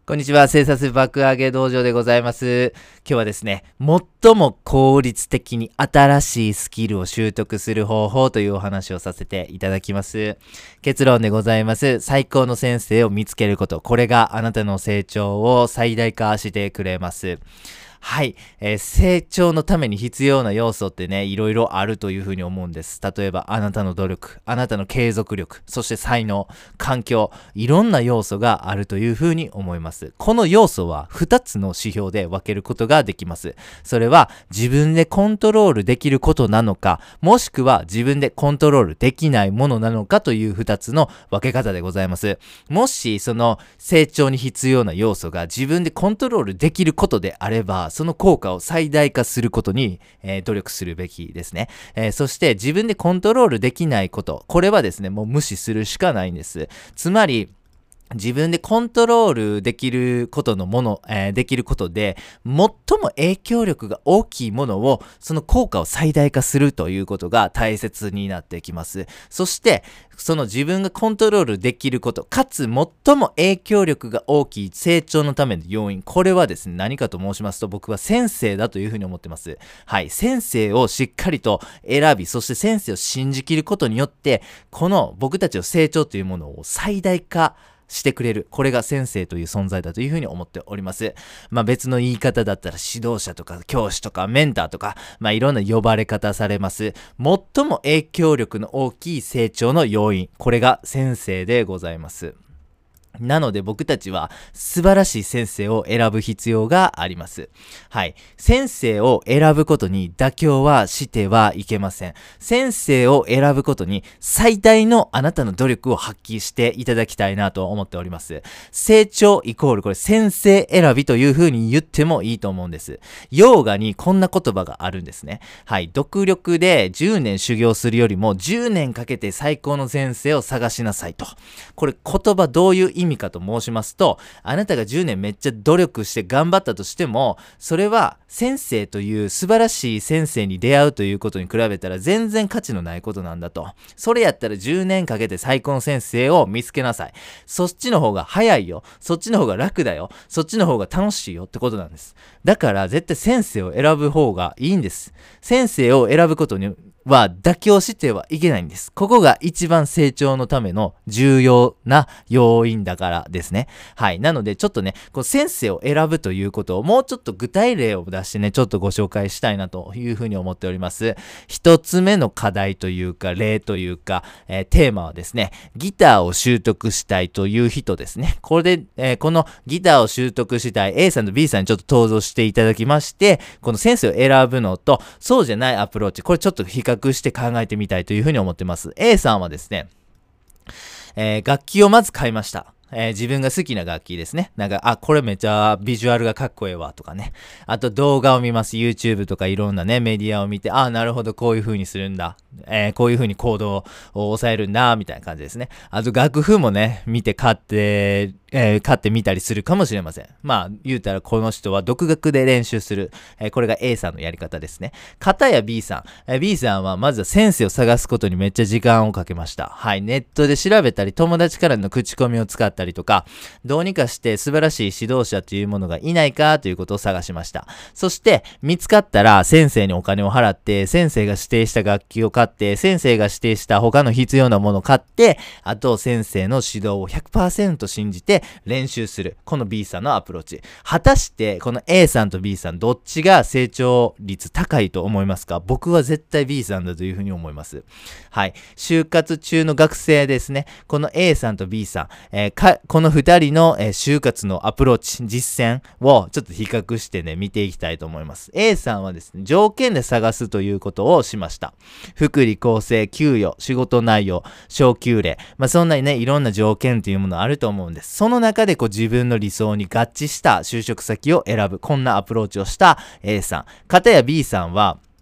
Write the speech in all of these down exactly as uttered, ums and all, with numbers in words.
こんにちは、生産爆上げ道場でございます。今日はですね、最も効率的に新しいスキルを習得する方法というお話をさせていただきます。結論でございます。最高の先生を見つけること。これがあなたの成長を最大化してくれます。はい、えー、成長のために必要な要素ってね、いろいろあるというふうに思うんです。例えば、あなたの努力、あなたの継続力、そして才能、環境、いろんな要素があるというふうに思います。この要素はふたつの指標で分けることができます。それは自分でコントロールできることなのか、もしくは自分でコントロールできないものなのかというふたつの分け方でございます。もしその成長に必要な要素が自分でコントロールできることであれば、その効果を最大化することに、えー、努力するべきですね、えー、そして自分でコントロールできないこと、これはですね、もう無視するしかないんです。つまり自分でコントロールできることのもの、えー、できることで、最も影響力が大きいものを、その効果を最大化するということが大切になってきます。そして、その自分がコントロールできること、かつ最も影響力が大きい成長のための要因、これはですね、何かと申しますと、僕は先生だというふうに思ってます。はい、先生をしっかりと選び、そして先生を信じきることによって、この僕たちの成長というものを最大化してくれる。これが先生という存在だというふうに思っております。まあ別の言い方だったら指導者とか教師とかメンターとか、まあいろんな呼ばれ方されます。最も影響力の大きい成長の要因。これが先生でございます。なので僕たちは素晴らしい先生を選ぶ必要があります。はい。先生を選ぶことに妥協はしてはいけません。先生を選ぶことに最大のあなたの努力を発揮していただきたいなと思っております。成長イコールこれ先生選びという風に言ってもいいと思うんです。ヨーガにこんな言葉があるんですね。はい。独力でじゅうねん修行するよりもじゅうねんかけて最高の先生を探しなさいと。これ言葉どういう意味かと申しますと、あなたがじゅうねんめっちゃ努力して頑張ったとしても、それは先生という素晴らしい先生に出会うということに比べたら全然価値のないことなんだと。それやったらじゅうねんかけて最高の先生を見つけなさい。そっちの方が早いよ。そっちの方が楽だよ。そっちの方が楽しいよってことなんです。だから絶対先生を選ぶ方がいいんです。先生を選ぶことには妥協してはいけないんです。ここが一番成長のための重要な要因だからですね。はい。なのでちょっとね、こう先生を選ぶということをもうちょっと具体例を出してね、ちょっとご紹介したいなというふうに思っております。一つ目の課題というか、例というか、えー、テーマはですね、ギターを習得したいという人ですね。これで、えー、このギターを習得したい A さんと B さんにちょっと登場していただきまして、この先生を選ぶのと、そうじゃないアプローチ、これちょっと比較して考えてみたいというふうに思ってます。A さんはですね、えー、楽器をまず買いました。えー、自分が好きな楽器ですね。なんか、あ、これめっちゃビジュアルがかっこええわとかね。あと動画を見ます。YouTube とかいろんなね、メディアを見て、あ、なるほど、こういう風にするんだ。えー、こういう風にコードを抑えるんだ、みたいな感じですね。あと楽譜もね、見て買って、えー、買ってみたりするかもしれません。まあ、言うたらこの人は独学で練習する。えー、これが A さんのやり方ですね。片や B さん。えー、B さんはまずは先生を探すことにめっちゃ時間をかけました。はい、ネットで調べたり、友達からの口コミを使ったりとか、どうにかして素晴らしい指導者というものがいないかということを探しました。そして、見つかったら先生にお金を払って、先生が指定した楽器を買って、先生が指定した他の必要なものを買って、あと先生の指導を ひゃくパーセント 信じて、練習する。この B さんのアプローチ。果たしてこの A さんと B さんどっちが成長率高いと思いますか？僕は絶対 B さんだというふうに思います。はい。就活中の学生ですね。この A さんと B さん、えー、かこのふたりの、えー、就活のアプローチ、実践をちょっと比較してね、見ていきたいと思います。A さんはですね、条件で探すということをしました。福利厚生、給与、仕事内容、昇給例。まあそんなにね、いろんな条件というものあると思うんです。その中でこう自分の理想に合致した就職先を選ぶ。こんなアプローチをした A さん。片や B さんは、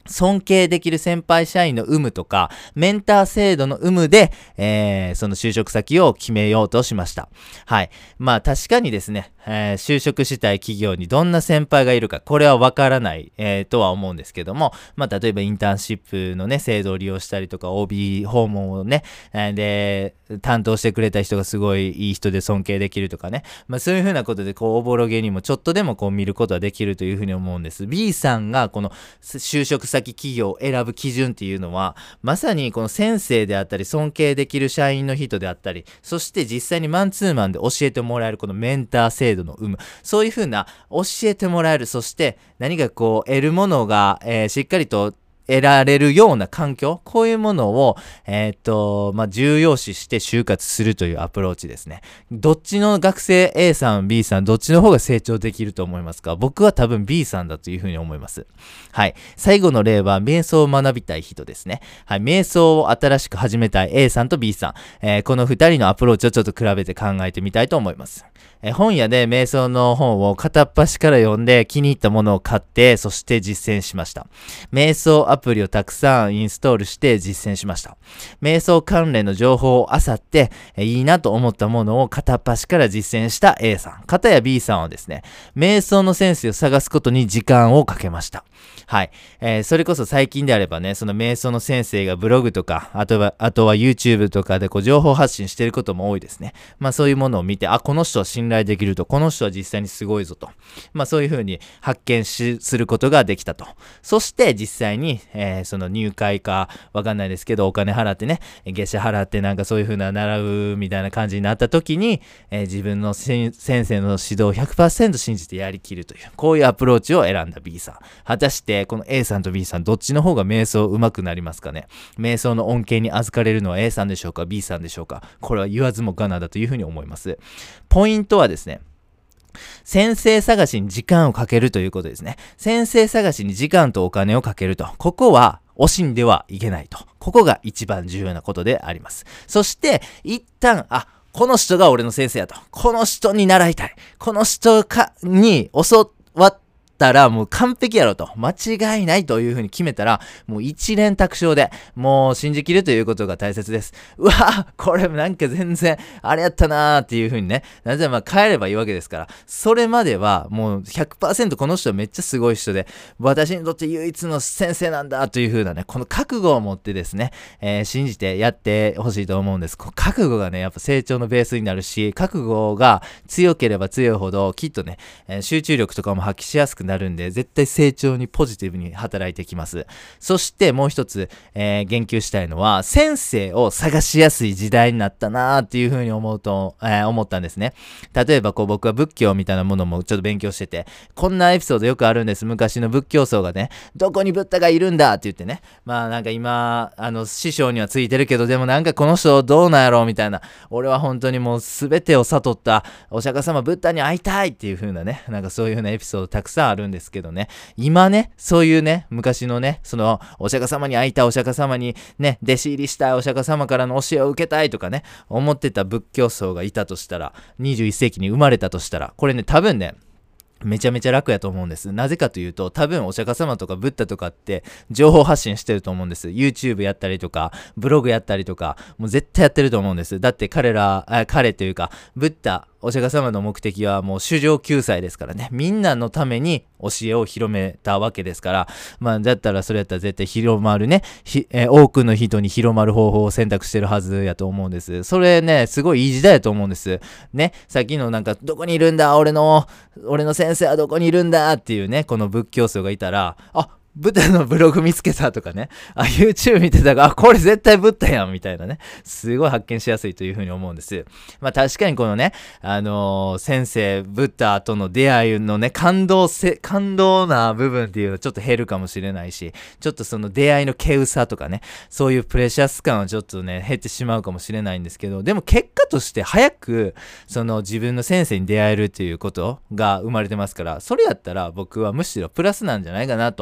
尊敬できる先輩社員の有無とか、メンター制度の有無で、えー、その就職先を決めようとしました。はい。まあ確かにですね、えー、就職したい企業にどんな先輩がいるか、これはわからない、えー、とは思うんですけども、まあ例えばインターンシップのね、制度を利用したりとか、オービー 訪問をね、えー、で、担当してくれた人がすごいいい人で尊敬できるとかね、まあそういうふうなことで、こう、おぼろげにもちょっとでもこう見ることはできるというふうに思うんです。B さんがこの就職先企業を選ぶ基準っていうのは、まさにこの先生であったり、尊敬できる社員の人であったり、そして実際にマンツーマンで教えてもらえるこのメンター制度の有無、そういうふうな教えてもらえる、そして何かこう得るものが、えー、しっかりと得られるような環境、こういうものを、えー、っと、まあ、重要視して就活するというアプローチですね。どっちの学生 A さん、B さん、どっちの方が成長できると思いますか？僕は多分 B さんだというふうに思います。はい。最後の例は、瞑想を学びたい人ですね。はい。瞑想を新しく始めたい A さんと B さん。えー、この二人のアプローチをちょっと比べて考えてみたいと思います。えー、本屋で瞑想の本を片っ端から読んで気に入ったものを買って、そして実践しました。瞑想アプリをたくさんインストールして実践しました。瞑想関連の情報を漁って、えいいなと思ったものを片っ端から実践した A さん。片や B さんはですね、瞑想の先生を探すことに時間をかけました。はい。えー、それこそ最近であればね、その瞑想の先生がブログとか、あとは、あとは YouTube とかでこう情報発信していることも多いですね。まあそういうものを見て、あ、この人は信頼できると、この人は実際にすごいぞと。まあそういうふうに発見し、することができたと。そして実際に、えー、その入会かわかんないですけど、お金払ってね、月謝払ってなんかそういうふうな習うみたいな感じになった時に、えー、自分の先生の指導を ひゃくパーセント 信じてやりきるという、こういうアプローチを選んだ B さん。果たしてこの A さんと B さんどっちの方が瞑想上手くなりますかね？瞑想の恩恵に預かれるのは A さんでしょうか B さんでしょうか？これは言わずもがなだというふうに思います。ポイントはですね、先生探しに時間をかけるということですね。先生探しに時間とお金をかけると。ここは惜しんではいけないと。ここが一番重要なことであります。そして、一旦、あ、この人が俺の先生やと。この人に習いたい。この人かに教わったらもう完璧やろと。間違いないというふうに決めたら、もう一連卓勝で、もう信じきるということが大切です。うわぁ、これなんか全然、あれやったなーっていうふうにね。なぜまあ帰ればいいわけですから。それまではもう ひゃくパーセント この人はめっちゃすごい人で、私にとって唯一の先生なんだというふうなね、この覚悟を持ってですね、えー、信じてやってほしいと思うんです。この覚悟がね、やっぱ成長のベースになるし、覚悟が強ければ強いほど、きっとね、えー、集中力とかも発揮しやすくなるんで、絶対成長にポジティブに働いてきます。そしてもう一つ、えー、言及したいのは、先生を探しやすい時代になったなーっていうふうに思うと、えー、思ったんですね。例えばこう僕は仏教みたいなものもちょっと勉強してて、こんなエピソードよくあるんです。昔の仏教僧がね、どこにブッダがいるんだって言ってね、まあなんか今、あの師匠にはついてるけど、でもなんかこの人どうなんやろうみたいな、俺は本当にもう全てを悟ったお釈迦様ブッダに会いたいっていう風なね、なんかそういう風なエピソードたくさんあるんですけどね、今ね、そういうね、昔のね、そのお釈迦様に会いたい、お釈迦様にね、弟子入りしたい、お釈迦様からの教えを受けたいとかね、思ってた仏教僧がいたとしたら、にじゅういっ世紀に生まれたとしたら、これね、多分ね、めちゃめちゃ楽やと思うんです。なぜかというと、多分お釈迦様とかブッダとかって情報発信してると思うんです。YouTube やったりとか、ブログやったりとか、もう絶対やってると思うんです。だって彼ら、あ彼というか、ブッダ、お釈迦様の目的はもう衆生救済ですからね。みんなのために教えを広めたわけですから、まあだったらそれやったら絶対広まるね、ひえー、多くの人に広まる方法を選択してるはずやと思うんです。それね、すごいいい時代やと思うんです。ね、さっきのなんか、どこにいるんだ俺の、俺の先生はどこにいるんだっていうね、この仏教僧がいたら、あ、ブッダのブログ見つけたとかね。あ、YouTube 見てたが、あ、これ絶対ブッダやんみたいなね。すごい発見しやすいというふうに思うんです。まあ確かにこのね、あのー、先生、ブッダとの出会いのね、感動せ、感動な部分っていうのはちょっと減るかもしれないし、ちょっとその出会いの稀有さとかね、そういうプレシャス感はちょっとね、減ってしまうかもしれないんですけど、でも結果として早く、その自分の先生に出会えるっていうことが生まれてますから、それやったら僕はむしろプラスなんじゃないかなと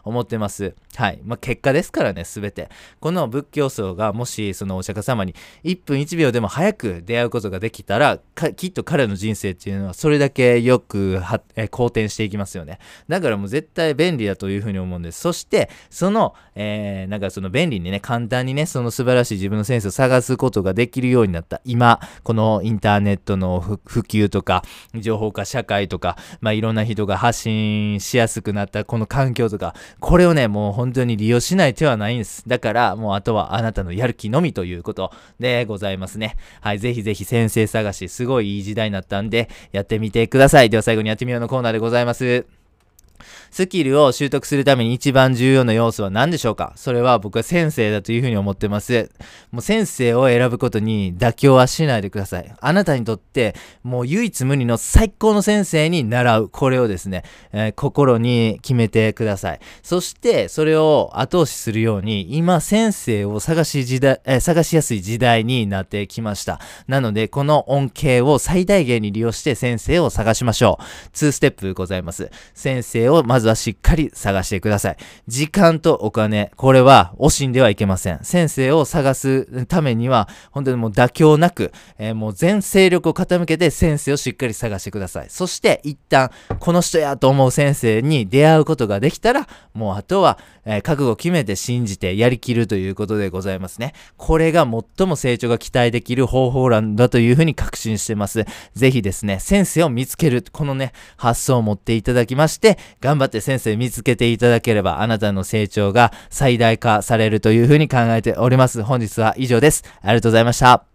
思ってます。はい。まあ、結果ですからね、すべて。この仏教僧がもしそのお釈迦様にいっぷんいちびょうでも早く出会うことができたら、きっと彼の人生っていうのはそれだけよくは、えー、好転していきますよね。だからもう絶対便利だというふうに思うんです。そして、その、えー、なんかその便利にね、簡単にね、その素晴らしい自分のセンスを探すことができるようになった今、このインターネットの普及とか、情報化社会とか、まあいろんな人が発信しやすくなったこの環境とか、これをね、もう本当に利用しない手はないんです。だから、もうあとはあなたのやる気のみということでございますね。はい、ぜひぜひ先生探し、すごいいい時代になったんで、やってみてください。では最後にやってみようのコーナーでございます。スキルを習得するために一番重要な要素は何でしょうか？それは僕は先生だというふうに思ってます。もう先生を選ぶことに妥協はしないでください。あなたにとってもう唯一無二の最高の先生に習う。これをですね、えー、心に決めてください。そしてそれを後押しするように今先生を探し時代、えー、探しやすい時代になってきました。なのでこの恩恵を最大限に利用して先生を探しましょう。にステップございます。先生をまずはしっかり探してください。時間とお金、これは惜しんではいけません。先生を探すためには本当にもう妥協なく、えー、もう全勢力を傾けて先生をしっかり探してください。そして一旦この人やと思う先生に出会うことができたら、もうあとは、えー、覚悟を決めて信じてやりきるということでございますね。これが最も成長が期待できる方法論だというふうに確信してます。ぜひですね、先生を見つけるこのね発想を持っていただきまして、頑張って先生見つけていただければあなたの成長が最大化されるというふうに考えております。本日は以上です。ありがとうございました。